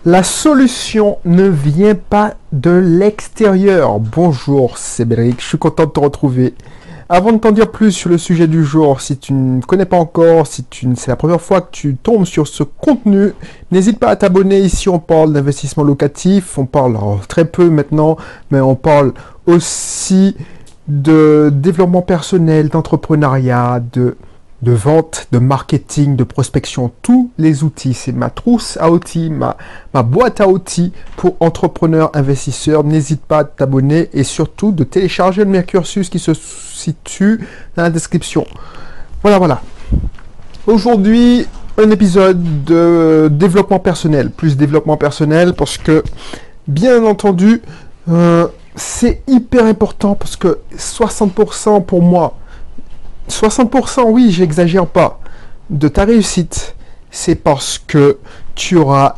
La solution ne vient pas de l'extérieur. Bonjour, c'est Bédric, je suis content de te retrouver. Avant de t'en dire plus sur le sujet du jour, si tu ne connais pas encore, c'est la première fois que tu tombes sur ce contenu, n'hésite pas à t'abonner. Ici, on parle d'investissement locatif, on parle très peu maintenant, mais on parle aussi de développement personnel, d'entrepreneuriat, de vente, de marketing, de prospection, tous les outils. C'est ma trousse à outils, ma boîte à outils pour entrepreneurs, investisseurs. N'hésite pas à t'abonner et surtout de télécharger le cursus qui se situe dans la description. Voilà. Aujourd'hui, un épisode de développement personnel. Plus développement personnel parce que, bien entendu, c'est hyper important parce que 60% pour moi, 60%, oui, j'exagère pas, de ta réussite, c'est parce que tu auras,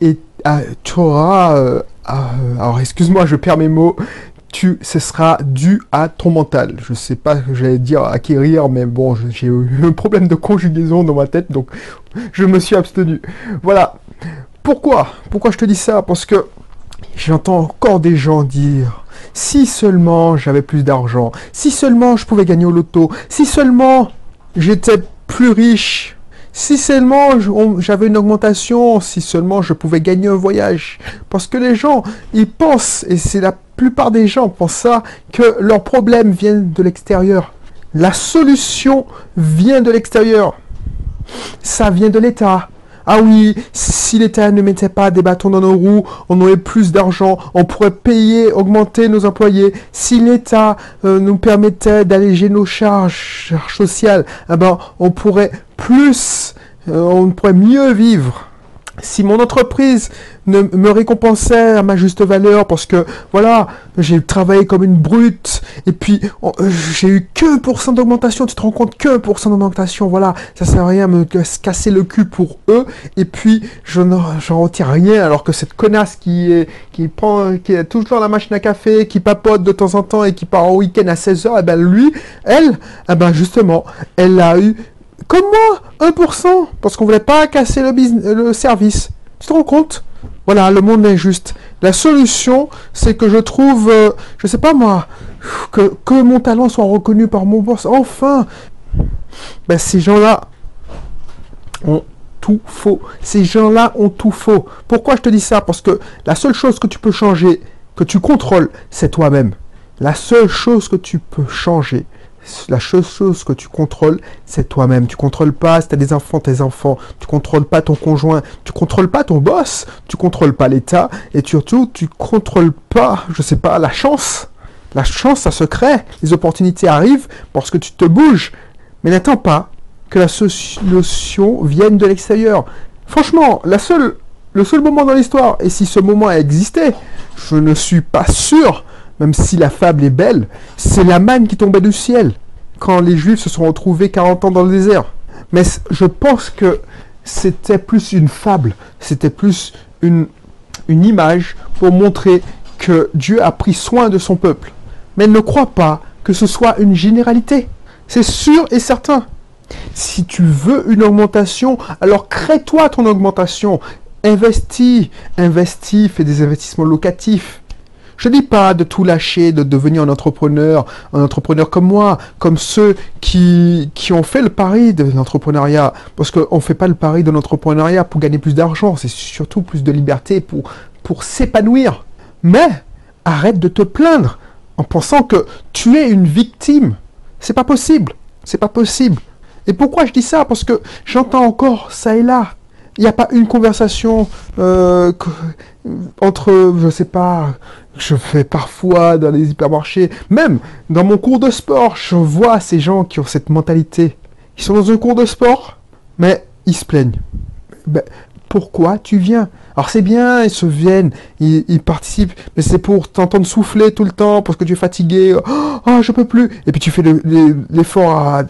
alors excuse-moi, je perds mes mots, ce sera dû à ton mental. Je sais pas ce que j'allais dire acquérir, mais bon, j'ai eu un problème de conjugaison dans ma tête, donc je me suis abstenu. Voilà. Pourquoi je te dis ça? Parce que j'entends encore des gens dire « Si seulement j'avais plus d'argent, si seulement je pouvais gagner au loto, si seulement j'étais plus riche, si seulement j'avais une augmentation, si seulement je pouvais gagner un voyage. » Parce que les gens, ils pensent, et c'est la plupart des gens pensent ça, que leurs problèmes viennent de l'extérieur. La solution vient de l'extérieur. Ça vient de l'État. Ah oui, si l'État ne mettait pas des bâtons dans nos roues, on aurait plus d'argent, on pourrait payer, augmenter nos employés. Si l'État nous permettait d'alléger nos charges sociales, on pourrait mieux vivre. Si mon entreprise me récompensait à ma juste valeur, parce que voilà, j'ai travaillé comme une brute, et puis j'ai eu que 1% d'augmentation, tu te rends compte, que 1% d'augmentation, voilà, ça sert à rien de me casser le cul pour eux, et puis j'en retire rien, alors que cette connasse qui est toujours la machine à café, qui papote de temps en temps, et qui part en week-end à 16h, justement, elle a eu comme moi, 1%, parce qu'on voulait pas casser le service. Tu te rends compte? Voilà, le monde est juste. La solution, c'est que je trouve, je sais pas moi, que mon talent soit reconnu par mon boss. Enfin, ces gens-là ont tout faux. Ces gens-là ont tout faux. Pourquoi je te dis ça? Parce que la seule chose que tu peux changer, que tu contrôles, c'est toi-même. La seule chose que tu peux changer, la seule chose que tu contrôles, c'est toi-même. Tu contrôles pas si tu as des enfants, tes enfants. Tu contrôles pas ton conjoint. Tu contrôles pas ton boss. Tu contrôles pas l'État. Et surtout, tu contrôles pas, je sais pas, la chance. La chance, ça se crée. Les opportunités arrivent parce que tu te bouges. Mais n'attends pas que la solution vienne de l'extérieur. Franchement, le seul moment dans l'histoire, et si ce moment a existé, je ne suis pas sûr, même si la fable est belle, c'est la manne qui tombait du ciel, quand les Juifs se sont retrouvés 40 ans dans le désert. Mais je pense que c'était plus une fable, c'était plus une image pour montrer que Dieu a pris soin de son peuple. Mais ne crois pas que ce soit une généralité. C'est sûr et certain. Si tu veux une augmentation, alors crée-toi ton augmentation. Investis, fais des investissements locatifs. Je ne dis pas de tout lâcher, de devenir un entrepreneur comme moi, comme ceux qui ont fait le pari de l'entrepreneuriat. Parce qu'on ne fait pas le pari de l'entrepreneuriat pour gagner plus d'argent, c'est surtout plus de liberté pour s'épanouir. Mais arrête de te plaindre en pensant que tu es une victime. C'est pas possible. C'est pas possible. Et pourquoi je dis ça? Parce que j'entends encore ça et là. Il n'y a pas une conversation entre, je sais pas, je fais parfois dans les hypermarchés, même dans mon cours de sport, je vois ces gens qui ont cette mentalité. Ils sont dans un cours de sport, mais ils se plaignent. Pourquoi tu viens? Alors c'est bien, ils se viennent, ils participent, mais c'est pour t'entendre souffler tout le temps, parce que tu es fatigué, oh je peux plus, et puis tu fais l'effort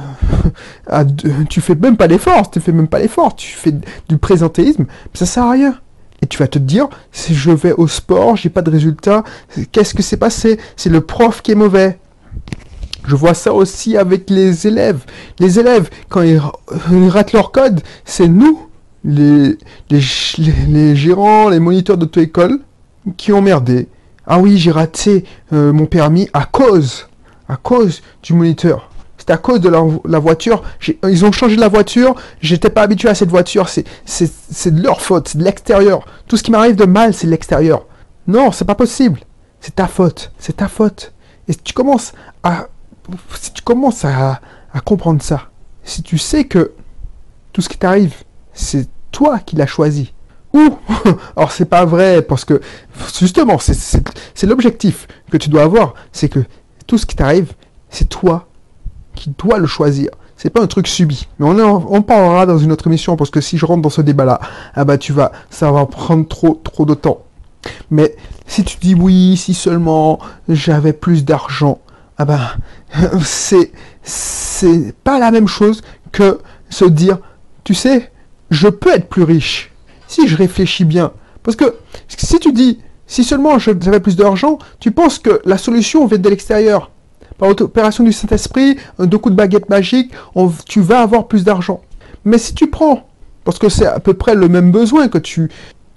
tu fais même pas l'effort, tu fais du présentéisme, mais ça sert à rien. Et tu vas te dire, si je vais au sport, j'ai pas de résultat, qu'est-ce que c'est passé? C'est le prof qui est mauvais. Je vois ça aussi avec les élèves. Les élèves, quand ils ratent leur code, c'est nous les, les gérants, les moniteurs d'auto-école qui ont merdé. Ah oui, j'ai raté mon permis à cause du moniteur. C'est à cause de la voiture. Ils ont changé de la voiture. J'étais pas habitué à cette voiture. C'est de leur faute. C'est de l'extérieur. Tout ce qui m'arrive de mal, c'est de l'extérieur. Non, c'est pas possible. C'est ta faute. C'est ta faute. Et si tu commences à comprendre ça, si tu sais que tout ce qui t'arrive, c'est toi qui l'as choisi. Ou, alors c'est pas vrai, parce que justement, c'est l'objectif que tu dois avoir. C'est que tout ce qui t'arrive, c'est toi qui dois le choisir. C'est pas un truc subi. Mais on parlera dans une autre émission, parce que si je rentre dans ce débat-là, ah bah ça va prendre trop de temps. Mais si tu dis oui, si seulement j'avais plus d'argent, ah ben c'est pas la même chose que se dire, tu sais, je peux être plus riche si je réfléchis bien. Parce que si tu dis, si seulement j'avais plus d'argent, tu penses que la solution vient de l'extérieur. Par opération du Saint-Esprit, deux coups de baguette magique, tu vas avoir plus d'argent. Mais si tu prends, parce que c'est à peu près le même besoin que tu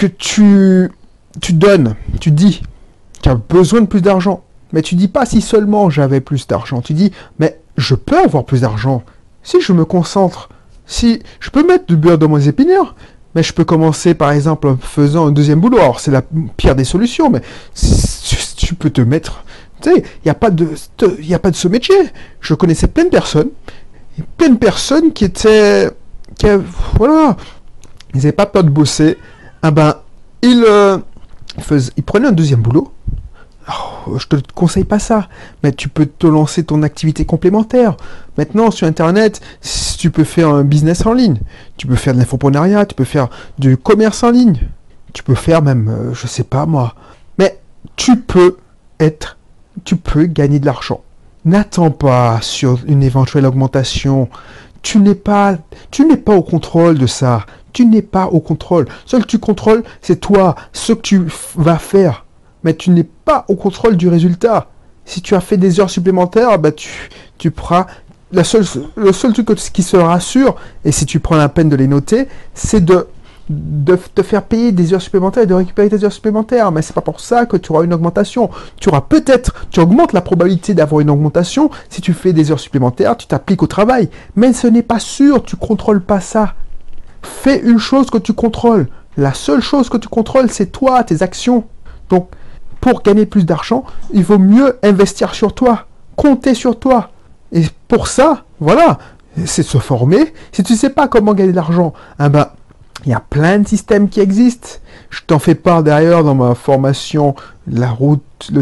donnes, tu dis, tu as besoin de plus d'argent. Mais tu dis pas si seulement j'avais plus d'argent. Tu dis, mais je peux avoir plus d'argent. Si je me concentre, si je peux mettre du beurre dans mes épinards, mais je peux commencer par exemple en faisant un deuxième boulot. Alors c'est la pire des solutions, mais tu peux te mettre. Tu sais, il n'y a pas de ce métier. Je connaissais plein de personnes qui étaient, voilà, ils n'avaient pas peur de bosser. Ah ben, ils prenaient un deuxième boulot. Oh, je te conseille pas ça, mais tu peux te lancer ton activité complémentaire. Maintenant, sur Internet, tu peux faire un business en ligne, tu peux faire de l'infoprenariat, tu peux faire du commerce en ligne, tu peux faire même, je sais pas moi, mais tu peux gagner de l'argent. N'attends pas sur une éventuelle augmentation. Tu n'es pas au contrôle de ça. Tu n'es pas au contrôle. Seul que tu contrôles, c'est toi, ce que tu vas faire. Mais tu n'es pas au contrôle du résultat. Si tu as fait des heures supplémentaires, bah tu prends le seul truc qui sera sûr, et si tu prends la peine de les noter, c'est de te faire payer des heures supplémentaires et de récupérer des heures supplémentaires. Mais c'est pas pour ça que tu auras une augmentation. Tu augmentes la probabilité d'avoir une augmentation si tu fais des heures supplémentaires, tu t'appliques au travail. Mais ce n'est pas sûr, tu contrôles pas ça. Fais une chose que tu contrôles. La seule chose que tu contrôles, c'est toi, tes actions. Donc, pour gagner plus d'argent, il vaut mieux investir sur toi, compter sur toi. Et pour ça, voilà, c'est se former. Si tu ne sais pas comment gagner de l'argent, il y a plein de systèmes qui existent. Je t'en fais part d'ailleurs dans ma formation, la route du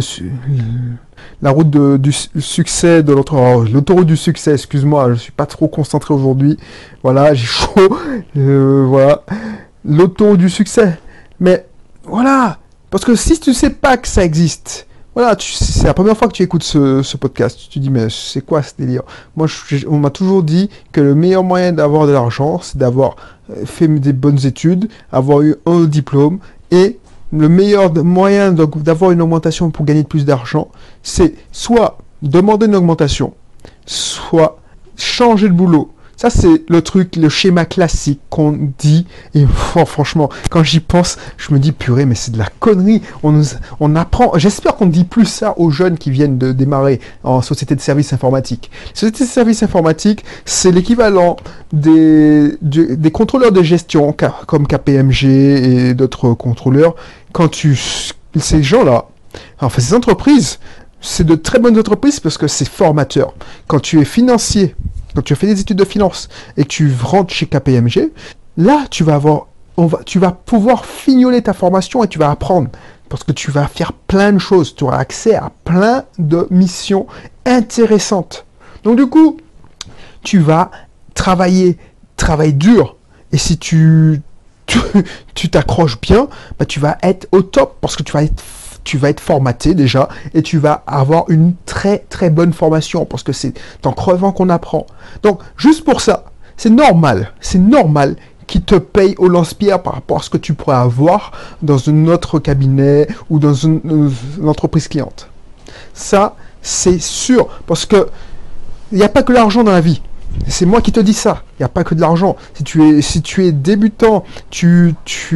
succès de l'autoroute du succès. Excuse-moi, je suis pas trop concentré aujourd'hui. Voilà, j'ai chaud. Voilà, l'autoroute du succès. Mais voilà. Parce que si tu ne sais pas que ça existe, voilà, c'est la première fois que tu écoutes ce podcast, tu te dis, mais c'est quoi ce délire? Moi, on m'a toujours dit que le meilleur moyen d'avoir de l'argent, c'est d'avoir fait des bonnes études, avoir eu un diplôme, et le meilleur moyen d'avoir une augmentation pour gagner plus d'argent, c'est soit demander une augmentation, soit changer de boulot. Ça, c'est le schéma classique qu'on dit. Et franchement, quand j'y pense, je me dis, purée, mais c'est de la connerie. On apprend. J'espère qu'on ne dit plus ça aux jeunes qui viennent de démarrer en société de services informatiques. Société de services informatiques, c'est l'équivalent des contrôleurs de gestion, comme KPMG et d'autres contrôleurs. Ces gens-là, enfin, ces entreprises, c'est de très bonnes entreprises parce que c'est formateur. Quand tu es financier, quand tu as fait des études de finance et que tu rentres chez KPMG, là, tu vas pouvoir fignoler ta formation et tu vas apprendre. Parce que tu vas faire plein de choses. Tu auras accès à plein de missions intéressantes. Donc, du coup, tu vas travailler dur. Et si tu t'accroches bien, bah, tu vas être au top parce que tu vas être formaté déjà et tu vas avoir une très très bonne formation parce que c'est en crevant qu'on apprend. Donc juste pour ça, c'est normal qu'ils te payent au lance-pierre par rapport à ce que tu pourrais avoir dans un autre cabinet ou dans une entreprise cliente. Ça, c'est sûr parce que il n'y a pas que l'argent dans la vie. C'est moi qui te dis ça. Il n'y a pas que de l'argent. Si tu es débutant, tu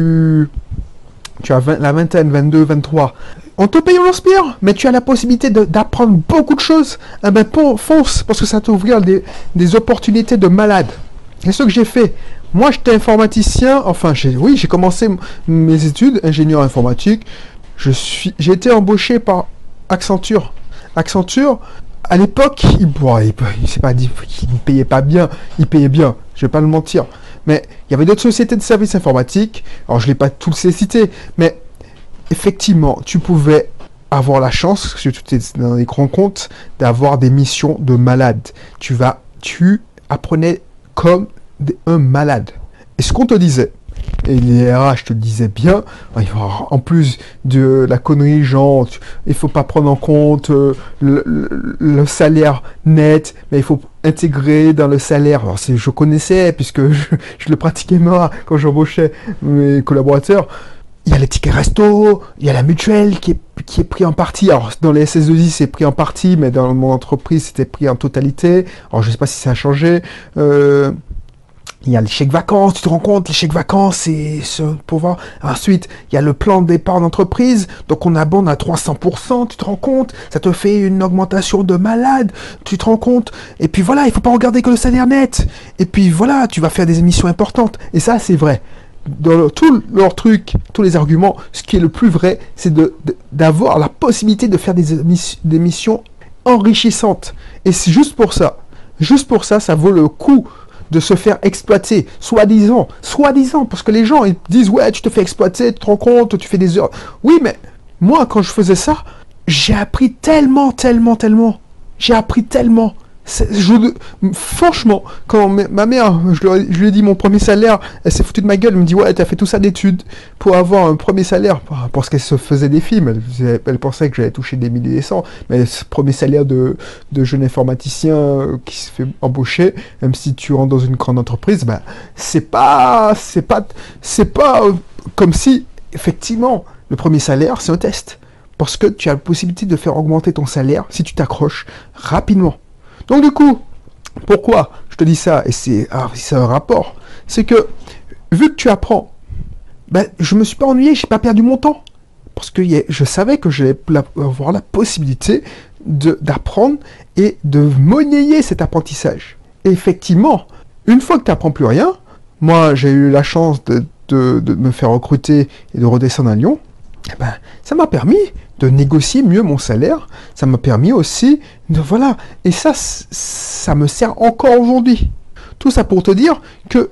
as la vingtaine, 22, 23. On te paye, on l'inspire, mais tu as la possibilité d'apprendre beaucoup de choses. Eh ben, fonce, parce que ça t'ouvre des opportunités de malade. C'est ce que j'ai fait. Moi, j'étais informaticien. Enfin, j'ai commencé mes études, ingénieur informatique. J'ai été embauché par Accenture. Accenture, à l'époque, il ne payait pas bien. Il payait bien, je vais pas le mentir. Mais il y avait d'autres sociétés de services informatiques. Alors, je ne l'ai pas tous les cités, mais effectivement, tu pouvais avoir la chance, si tu étais dans les grands comptes, d'avoir des missions de malade. Tu apprenais comme un malade. Et ce qu'on te disait, et les RH te le disaient bien, en plus de la connerie genre, il faut pas prendre en compte le salaire net, mais il faut intégrer dans le salaire. Alors je connaissais, puisque je le pratiquais moi quand j'embauchais mes collaborateurs. Il y a les tickets resto, il y a la mutuelle qui est pris en partie. Alors, dans les SS2I, c'est pris en partie, mais dans mon entreprise, c'était pris en totalité. Alors, je sais pas si ça a changé. Il y a les chèques vacances, tu te rends compte, les chèques vacances, c'est pour voir. Ensuite, il y a le plan d'épargne d'entreprise, donc on abonde à 300%, tu te rends compte, ça te fait une augmentation de malade, tu te rends compte. Et puis voilà, il faut pas regarder que le salaire net. Et puis voilà, tu vas faire des émissions importantes. Et ça, c'est vrai. Dans tous leurs trucs, tous les arguments, ce qui est le plus vrai, c'est d'avoir la possibilité de faire des missions enrichissantes. Et c'est juste pour ça, ça vaut le coup de se faire exploiter, soi-disant, parce que les gens, ils disent, ouais, tu te fais exploiter, tu te rends compte, tu fais des heures. Oui, mais moi, quand je faisais ça, j'ai appris tellement. J'ai appris tellement. Franchement, quand ma mère, je lui ai dit mon premier salaire, elle s'est foutue de ma gueule, elle me dit, ouais, t'as fait tout ça d'études pour avoir un premier salaire, parce qu'elle se faisait des films, elle pensait que j'allais toucher des milliers et des cents, mais ce premier salaire de jeune informaticien qui se fait embaucher, même si tu rentres dans une grande entreprise, ben, c'est pas comme si, effectivement, le premier salaire, c'est un test, parce que tu as la possibilité de faire augmenter ton salaire si tu t'accroches rapidement. Donc du coup, pourquoi je te dis ça, et c'est un rapport, c'est que vu que tu apprends, ben, je me suis pas ennuyé, j'ai pas perdu mon temps, parce que je savais que j'allais avoir la possibilité d'apprendre et de monnayer cet apprentissage. Et effectivement, une fois que tu n'apprends plus rien, moi j'ai eu la chance de me faire recruter et de redescendre à Lyon, eh ben, ça m'a permis de négocier mieux mon salaire, ça m'a permis aussi de, voilà, et ça me sert encore aujourd'hui. Tout ça pour te dire que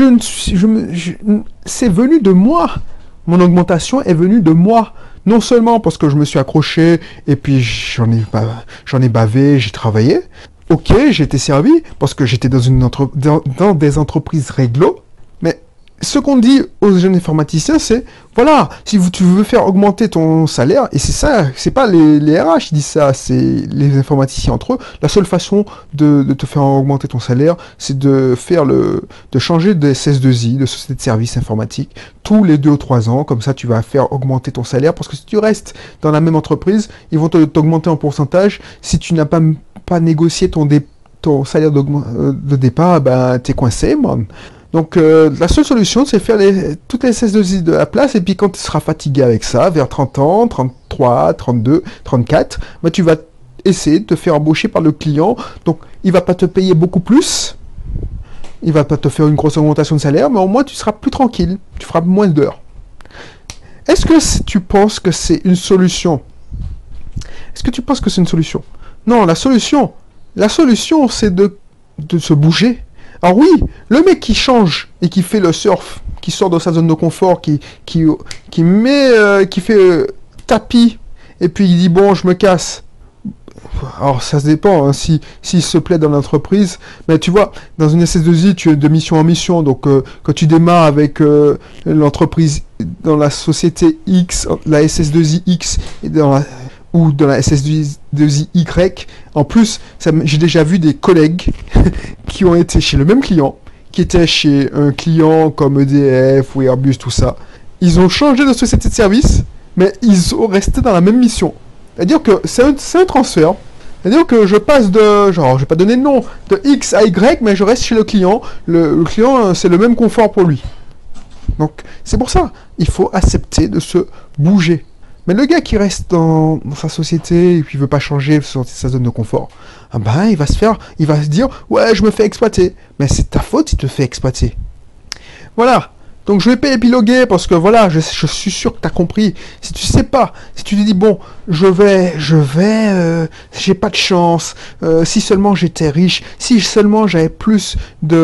c'est venu de moi, mon augmentation est venue de moi, non seulement parce que je me suis accroché, et puis j'en ai bavé, j'ai travaillé, ok, j'ai été servi, parce que j'étais dans des entreprises réglo, mais ce qu'on dit aux jeunes informaticiens, c'est, voilà, si tu veux faire augmenter ton salaire, et c'est ça, c'est pas les RH qui disent ça, c'est les informaticiens entre eux, la seule façon de te faire augmenter ton salaire, c'est de changer de SS2I, de société de services informatiques, tous les 2 ou 3 ans, comme ça tu vas faire augmenter ton salaire, parce que si tu restes dans la même entreprise, ils vont t'augmenter en pourcentage, si tu n'as pas négocié ton salaire de départ, ben t'es coincé, man. Donc la seule solution, c'est faire toutes les SS2I de la place, et puis quand tu seras fatigué avec ça, vers 30 ans, 33, 32, 34, bah, tu vas essayer de te faire embaucher par le client. Donc il va pas te payer beaucoup plus, il va pas te faire une grosse augmentation de salaire, mais au moins tu seras plus tranquille, tu feras moins d'heures. Est-ce que tu penses que c'est une solution? Est-ce que tu penses que c'est une solution? Non, la solution, c'est de se bouger. Alors oui, le mec qui change et qui fait le surf, qui sort de sa zone de confort, qui fait tapis, et puis il dit bon, je me casse. Alors ça se dépend, hein, s'il se plaît dans l'entreprise, mais tu vois, dans une SS2I, tu es de mission en mission, donc quand tu démarres avec l'entreprise dans la société X, la SS2I X, ou dans la SS2I-Y. En plus, j'ai déjà vu des collègues qui ont été chez le même client, qui étaient chez un client comme EDF ou Airbus, tout ça. Ils ont changé de société de service, mais ils sont restés dans la même mission. C'est-à-dire que c'est un transfert, C'est-à-dire que je passe de, genre, je vais pas donner de nom, de X à Y, mais je reste chez le client. Le client, c'est le même confort pour lui. Donc, c'est pour ça, il faut accepter de se bouger. Mais le gars qui reste dans sa société et qui veut pas changer, sortir de sa zone de confort, ah ben, il va se dire, ouais, je me fais exploiter. Mais c'est ta faute si tu te fais exploiter. Voilà. Donc je vais pas épiloguer parce que voilà, je suis sûr que tu as compris. Si tu sais pas, si tu te dis bon, j'ai pas de chance, si seulement j'étais riche, si seulement j'avais plus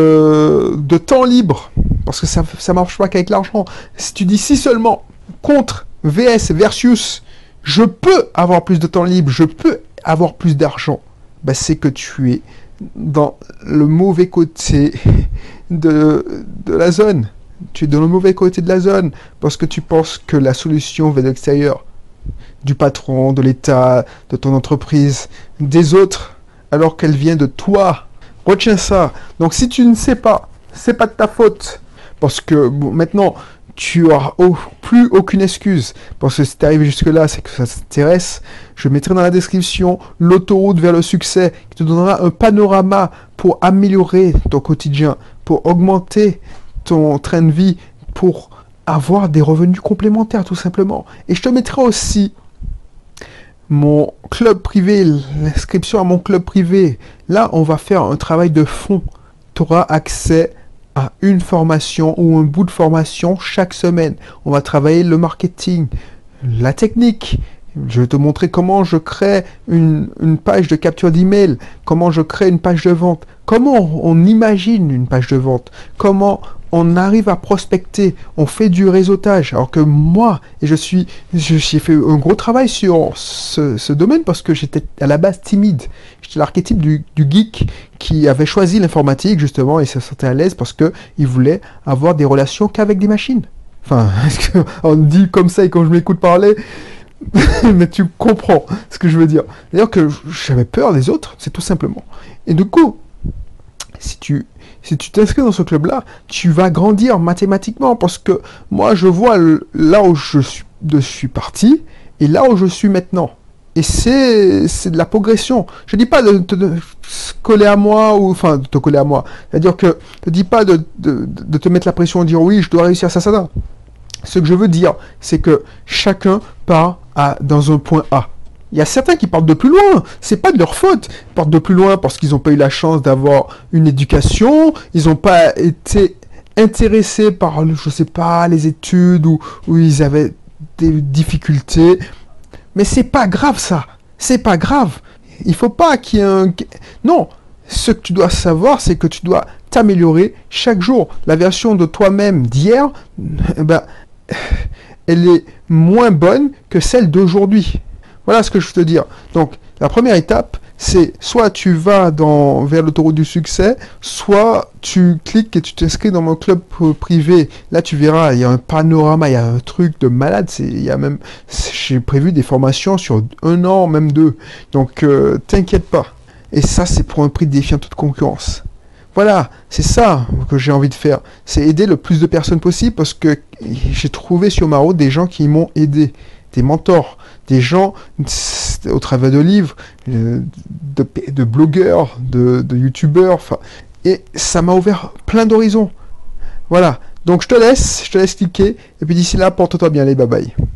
de temps libre, parce que ça marche pas qu'avec l'argent. Si tu dis si seulement, contre, VS, versus, je peux avoir plus de temps libre, je peux avoir plus d'argent, bah c'est que tu es dans le mauvais côté de la zone. Tu es dans le mauvais côté de la zone parce que tu penses que la solution vient de l'extérieur, du patron, de l'État, de ton entreprise, des autres, alors qu'elle vient de toi. Retiens ça. Donc si tu ne sais pas, c'est pas de ta faute. Parce que bon, maintenant, tu n'auras plus aucune excuse. Parce que si tu es arrivé jusque-là, c'est que ça t'intéresse. Je mettrai dans la description l'autoroute vers le succès qui te donnera un panorama pour améliorer ton quotidien, pour augmenter ton train de vie, pour avoir des revenus complémentaires tout simplement. Et je te mettrai aussi mon club privé, l'inscription à mon club privé. Là, on va faire un travail de fond. Tu auras accès à une formation ou un bout de formation chaque semaine. On va travailler le marketing, la technique. Je vais te montrer comment je crée une page de capture d'email, comment je crée une page de vente, comment on imagine une page de vente, comment on arrive à prospecter, on fait du réseautage. Alors que moi, j'ai fait un gros travail sur ce domaine parce que j'étais à la base timide. J'étais l'archétype du geek qui avait choisi l'informatique justement et se sentait à l'aise parce qu'il voulait avoir des relations qu'avec des machines. Enfin, on dit comme ça et quand je m'écoute parler, mais tu comprends ce que je veux dire. D'ailleurs que j'avais peur des autres, c'est tout simplement. Et du coup, si tu t'inscris dans ce club-là, tu vas grandir mathématiquement parce que moi, je vois là où je suis parti et là où je suis maintenant. Et c'est de la progression. Je dis pas de te coller à moi ou enfin de te coller à moi. C'est-à-dire que je dis pas de te mettre la pression et dire oui, je dois réussir ça. Non. Ce que je veux dire, c'est que chacun part dans un point A. Il y a certains qui partent de plus loin, c'est pas de leur faute. Ils partent de plus loin parce qu'ils n'ont pas eu la chance d'avoir une éducation, ils n'ont pas été intéressés par, je sais pas, les études ou ils avaient des difficultés. Mais c'est pas grave ça, c'est pas grave. Il faut pas qu'il y ait un... Non, ce que tu dois savoir, c'est que tu dois t'améliorer chaque jour. La version de toi-même d'hier, ben, elle est moins bonne que celle d'aujourd'hui. Voilà ce que je veux te dire. Donc, la première étape, c'est soit tu vas vers l'autoroute du succès, soit tu cliques et tu t'inscris dans mon club privé. Là, tu verras, il y a un panorama, il y a un truc de malade. J'ai prévu des formations sur 1 an, même 2. Donc, t'inquiète pas. Et ça, c'est pour un prix défiant toute concurrence. Voilà, c'est ça que j'ai envie de faire. C'est aider le plus de personnes possible parce que j'ai trouvé sur ma route des gens qui m'ont aidé. Des mentors, des gens au travers de livres, de blogueurs, de youtubeurs, et ça m'a ouvert plein d'horizons. Voilà, donc je te laisse cliquer, et puis d'ici là, porte-toi bien, allez, bye bye.